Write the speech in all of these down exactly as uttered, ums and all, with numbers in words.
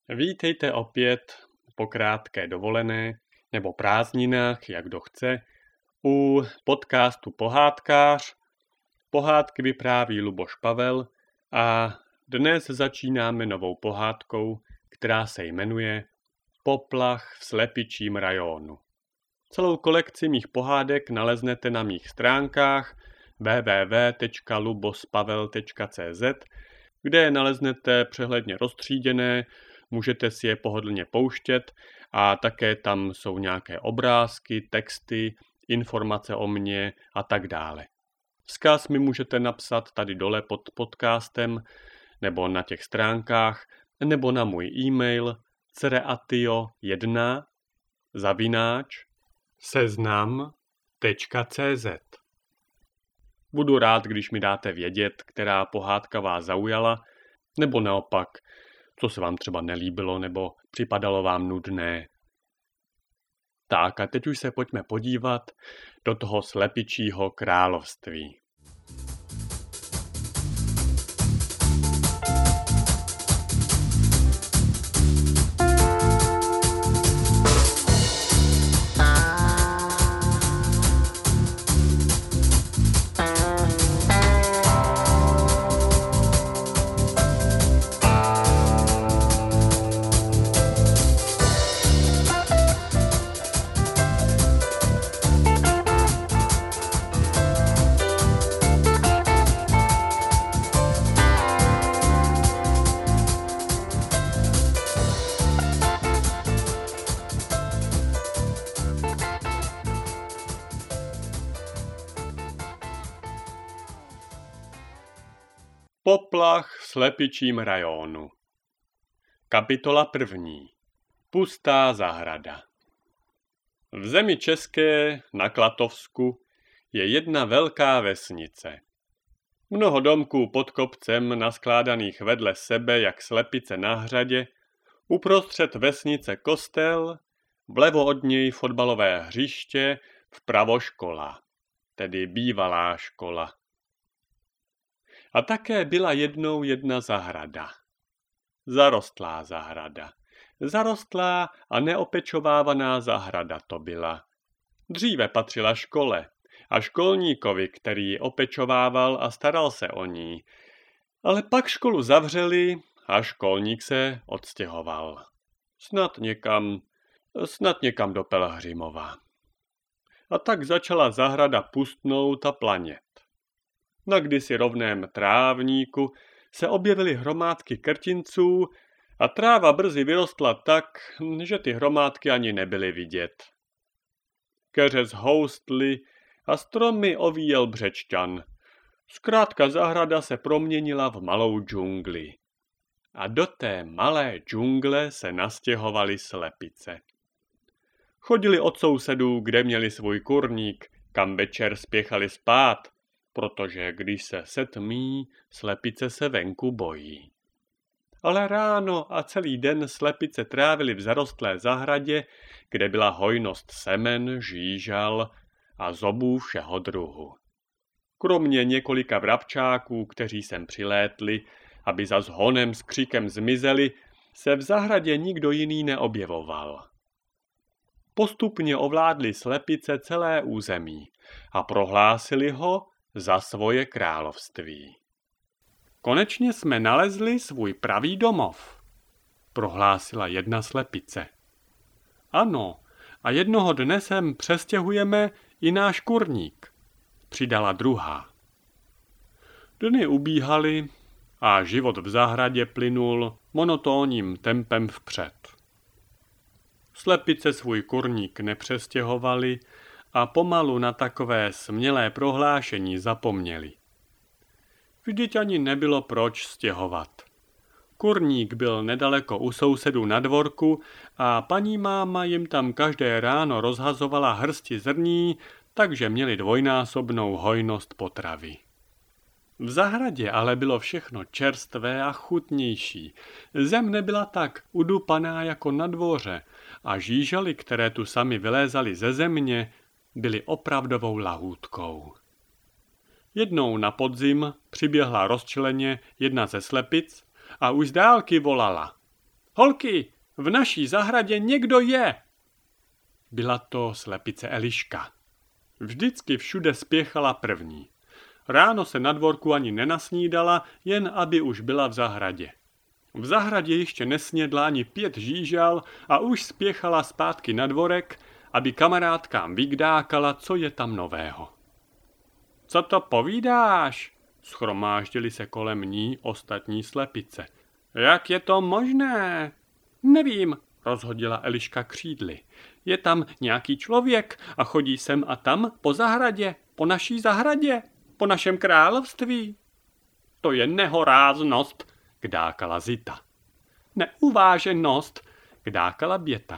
Vítejte opět po krátké dovolené nebo prázdninách, jak kdo chce, u podcastu Pohádkář. Pohádky vypráví Luboš Pavel a dnes začínáme novou pohádkou, která se jmenuje Poplach v slepičím rajónu. Celou kolekci mých pohádek naleznete na mých stránkách w w w tečka lubospavel tečka c z, kde je naleznete přehledně roztříděné, můžete si je pohodlně pouštět a také tam jsou nějaké obrázky, texty, informace o mně a tak dále. Vzkaz mi můžete napsat tady dole pod podcastem nebo na těch stránkách nebo na můj e-mail cereatio jedna zavináč seznam tečka c z. Budu rád, když mi dáte vědět, která pohádka vás zaujala, nebo naopak, co se vám třeba nelíbilo, nebo připadalo vám nudné. Tak a teď už se pojďme podívat do toho slepičího království. Poplach v slepičím rajónu. Kapitola první. Pustá zahrada. V zemi české, na Klatovsku, je jedna velká vesnice. Mnoho domků pod kopcem naskládaných vedle sebe jak slepice na hřadě, uprostřed vesnice kostel, vlevo od něj fotbalové hřiště, vpravo škola, tedy bývalá škola. A také byla jednou jedna zahrada. Zarostlá zahrada. Zarostlá a neopečovávaná zahrada to byla. Dříve patřila škole a školníkovi, který ji opečovával a staral se o ní. Ale pak školu zavřeli a školník se odstěhoval. Snad někam, snad někam do Pelhřimova. A tak začala zahrada pustnout a planět. Na kdysi rovném trávníku se objevily hromádky krtinců a tráva brzy vyrostla tak, že ty hromádky ani nebyly vidět. Keře zhoustly a stromy ovíjel břečťan. Zkrátka zahrada se proměnila v malou džungli. A do té malé džungle se nastěhovaly slepice. Chodili od sousedů, kde měli svůj kurník, kam večer spěchali spát, protože když se setmí, slepice se venku bojí. Ale ráno a celý den slepice trávily v zarostlé zahradě, kde byla hojnost semen, žížal a zobů všeho druhu. Kromě několika vrabčáků, kteří sem přilétli, aby za honem s křikem zmizeli, se v zahradě nikdo jiný neobjevoval. Postupně ovládli slepice celé území a prohlásili ho za svoje království. Konečně jsme nalezli svůj pravý domov, prohlásila jedna slepice. Ano, a jednoho dne sem přestěhujeme i náš kurník, přidala druhá. Dny ubíhaly a život v zahradě plynul monotónním tempem vpřed. Slepice svůj kurník nepřestěhovali a pomalu na takové smělé prohlášení zapomněli. Vždyť ani nebylo proč stěhovat. Kurník byl nedaleko u sousedů na dvorku a paní máma jim tam každé ráno rozhazovala hrsti zrní, takže měli dvojnásobnou hojnost potravy. V zahradě ale bylo všechno čerstvé a chutnější. Zem nebyla tak udupaná jako na dvoře a žížaly, které tu sami vylézaly ze země, byly opravdovou lahůdkou. Jednou na podzim přiběhla rozčileně jedna ze slepic a už z dálky volala. Holky, v naší zahradě někdo je! Byla to slepice Eliška. Vždycky všude spěchala první. Ráno se na dvorku ani nenasnídala, jen aby už byla v zahradě. V zahradě ještě nesnědla ani pět žížal a už spěchala zpátky na dvorek, aby kamarádkám vygdákala, co je tam nového. Co to povídáš? Schromáždili se kolem ní ostatní slepice. Jak je to možné? Nevím, rozhodila Eliška křídly. Je tam nějaký člověk a chodí sem a tam po zahradě, po naší zahradě, po našem království. To je nehoráznost, kdákala Zita. Neuváženost, kdákala Běta.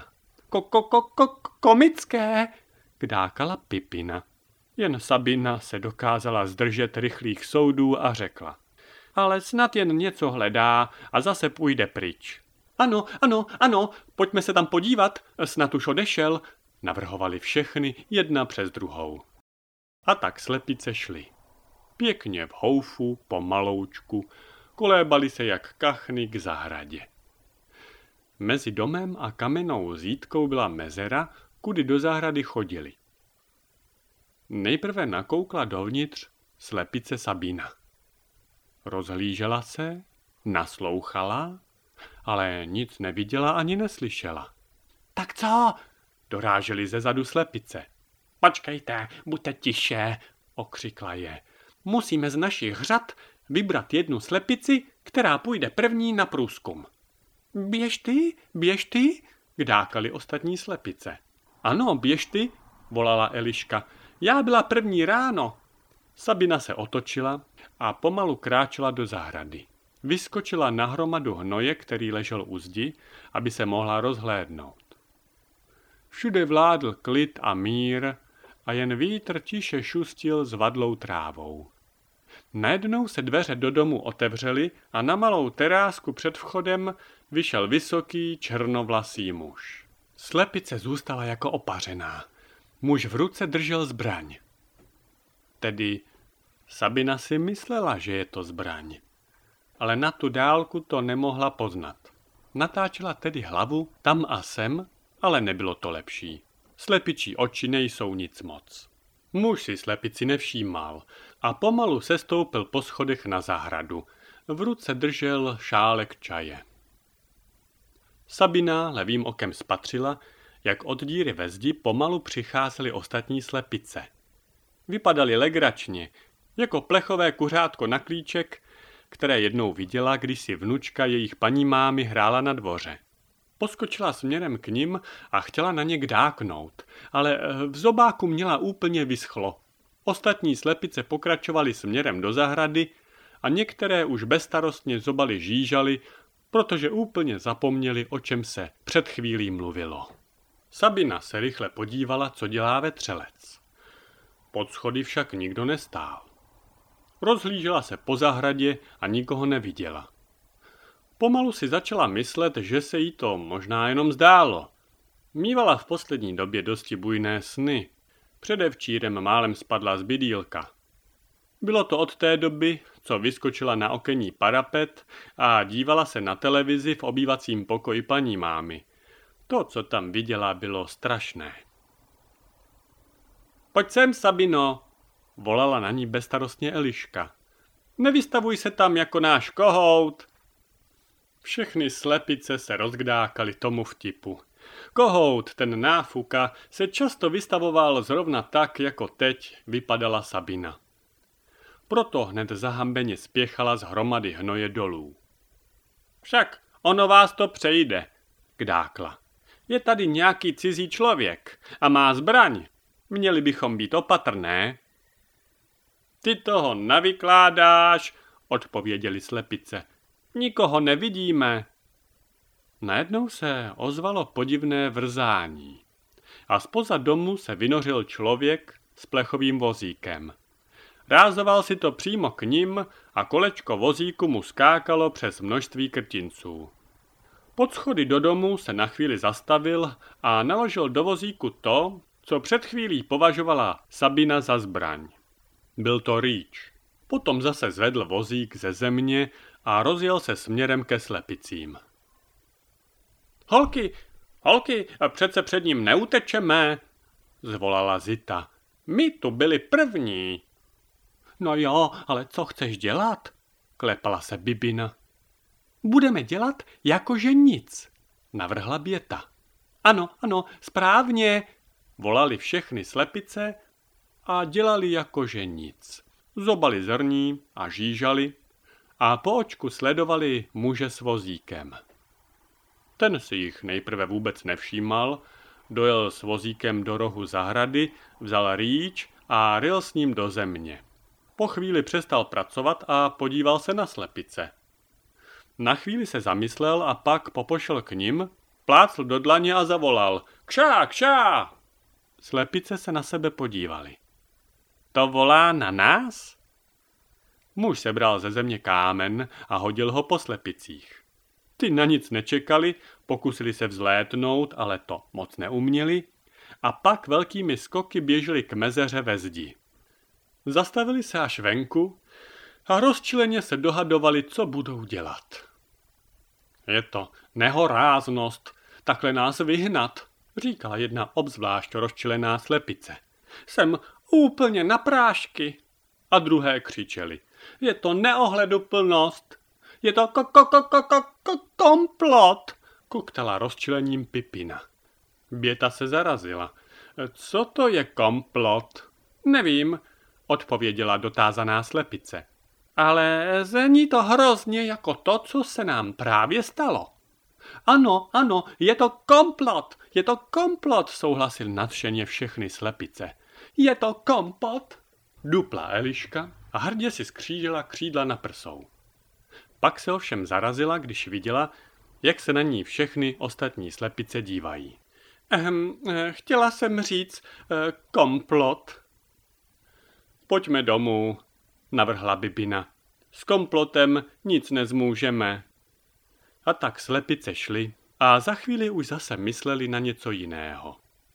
Ko-ko-ko-ko-komické, kdákala Pipina. Jen Sabina se dokázala zdržet rychlých soudů a řekla. Ale snad jen něco hledá a zase půjde pryč. Ano, ano, ano, pojďme se tam podívat, snad už odešel, navrhovali všechny jedna přes druhou. A tak slepice šly. Pěkně v houfu, pomaloučku, kolébali se jak kachny k zahradě. Mezi domem a kamennou zítkou byla mezera, kudy do zahrady chodili. Nejprve nakoukla dovnitř slepice Sabina. Rozhlížela se, naslouchala, ale nic neviděla ani neslyšela. Tak co? Doráželi ze zadu slepice. Počkejte, buďte tiše, okřikla je. Musíme z našich řad vybrat jednu slepici, která půjde první na průzkum. Běž ty, běž ty, kdákali ostatní slepice. Ano, běž ty, volala Eliška. Já byla první ráno. Sabina se otočila a pomalu kráčela do zahrady. Vyskočila na hromadu hnoje, který ležel u zdi, aby se mohla rozhlédnout. Všude vládl klid a mír a jen vítr tiše šustil zvadlou trávou. Najednou se dveře do domu otevřely a na malou terásku před vchodem vyšel vysoký černovlasý muž. Slepice zůstala jako opařená. Muž v ruce držel zbraň. Tedy Sabina si myslela, že je to zbraň. Ale na tu dálku to nemohla poznat. Natáčela tedy hlavu tam a sem, ale nebylo to lepší. Slepičí oči nejsou nic moc. Muž si slepici nevšímal a pomalu sestoupil po schodech na zahradu. V ruce držel šálek čaje. Sabina levým okem spatřila, jak od díry ve zdi pomalu přicházely ostatní slepice. Vypadaly legračně, jako plechové kuřátko na klíček, které jednou viděla, když si vnučka jejich paní mámy hrála na dvoře. Poskočila směrem k nim a chtěla na ně kdáknout, ale v zobáku měla úplně vyschlo. Ostatní slepice pokračovaly směrem do zahrady a některé už bezstarostně zobaly žížaly, protože úplně zapomněli, o čem se před chvílí mluvilo. Sabina se rychle podívala, co dělá vetřelec. Pod schody však nikdo nestál. Rozhlížela se po zahradě a nikoho neviděla. Pomalu si začala myslet, že se jí to možná jenom zdálo. Mívala v poslední době dosti bujné sny. Předevčírem málem spadla z bydýlka. Bylo to od té doby, co vyskočila na okenní parapet a dívala se na televizi v obývacím pokoji paní mámy. To, co tam viděla, bylo strašné. Pojď sem, Sabino, volala na ní bezstarostně Eliška. Nevystavuj se tam jako náš kohout. Všechny slepice se rozkdákaly tomu vtipu. Kohout, ten náfuka, se často vystavoval zrovna tak, jako teď vypadala Sabina. Proto hned zahambeně spěchala z hromady hnoje dolů. Však ono vás to přejde, kdákla. Je tady nějaký cizí člověk a má zbraň. Měli bychom být opatrné. Ty toho navykládáš, odpověděli slepice. Nikoho nevidíme. Najednou se ozvalo podivné vrzání a zpoza domu se vynořil člověk s plechovým vozíkem. Rázoval si to přímo k nim a kolečko vozíku mu skákalo přes množství krtinců. Pod schody do domu se na chvíli zastavil a naložil do vozíku to, co před chvílí považovala Sabina za zbraň. Byl to rýč. Potom zase zvedl vozík ze země a rozjel se směrem ke slepicím. Holky, holky, přece před ním neutečeme, zvolala Zita. My tu byli první. No jo, ale co chceš dělat? Klepala se Bibina. Budeme dělat jakože nic, navrhla Běta. Ano, ano, správně, volali všechny slepice a dělali jakože nic. Zobali zrní a žížali a po očku sledovali muže s vozíkem. Ten si jich nejprve vůbec nevšímal, dojel s vozíkem do rohu zahrady, vzal rýč a ryl s ním do země. Po chvíli přestal pracovat a podíval se na slepice. Na chvíli se zamyslel a pak popošel k nim, plácl do dlaně a zavolal kšá, kšá. Slepice se na sebe podívali. To volá na nás? Muž sebral ze země kámen a hodil ho po slepicích. Ty na nic nečekali, pokusili se vzlétnout, ale to moc neuměli, a pak velkými skoky běželi k mezeře ve zdi. Zastavili se až venku a rozčileně se dohadovali, co budou dělat. Je to nehoráznost, takhle nás vyhnat, říkala jedna obzvlášť rozčilená slepice. Jsem úplně na prášky. A druhé křičeli. Je to neohleduplnost. Je to komplot, kuktala rozčilením Pipina. Běta se zarazila. Co to je komplot? Nevím, odpověděla dotázaná slepice. Ale zní to hrozně jako to, co se nám právě stalo. Ano, ano, je to komplot, je to komplot, souhlasil nadšeně všechny slepice. Je to kompot, dupla Eliška a hrdě si skřížila křídla na prsou. Pak se ovšem zarazila, když viděla, jak se na ní všechny ostatní slepice dívají. Ehm, chtěla jsem říct eh, komplot. Pojďme domů, navrhla Bibina. S komplotem nic nezmůžeme. A tak slepice šly a za chvíli už zase mysleli na něco jiného.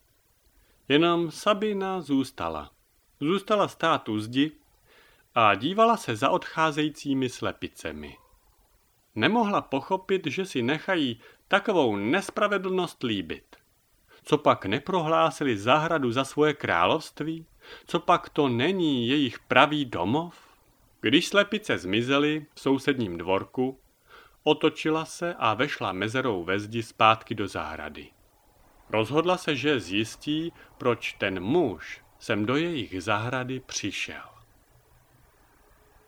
Jenom Sabina zůstala. Zůstala stát u zdi a dívala se za odcházejícími slepicemi. Nemohla pochopit, že si nechají takovou nespravedlnost líbit. Co pak neprohlásili zahradu za svoje království? Co pak to není jejich pravý domov? Když slepice zmizely v sousedním dvorku, otočila se a vešla mezerou ve zdi zpátky do zahrady. Rozhodla se, že zjistí, proč ten muž sem do jejich zahrady přišel.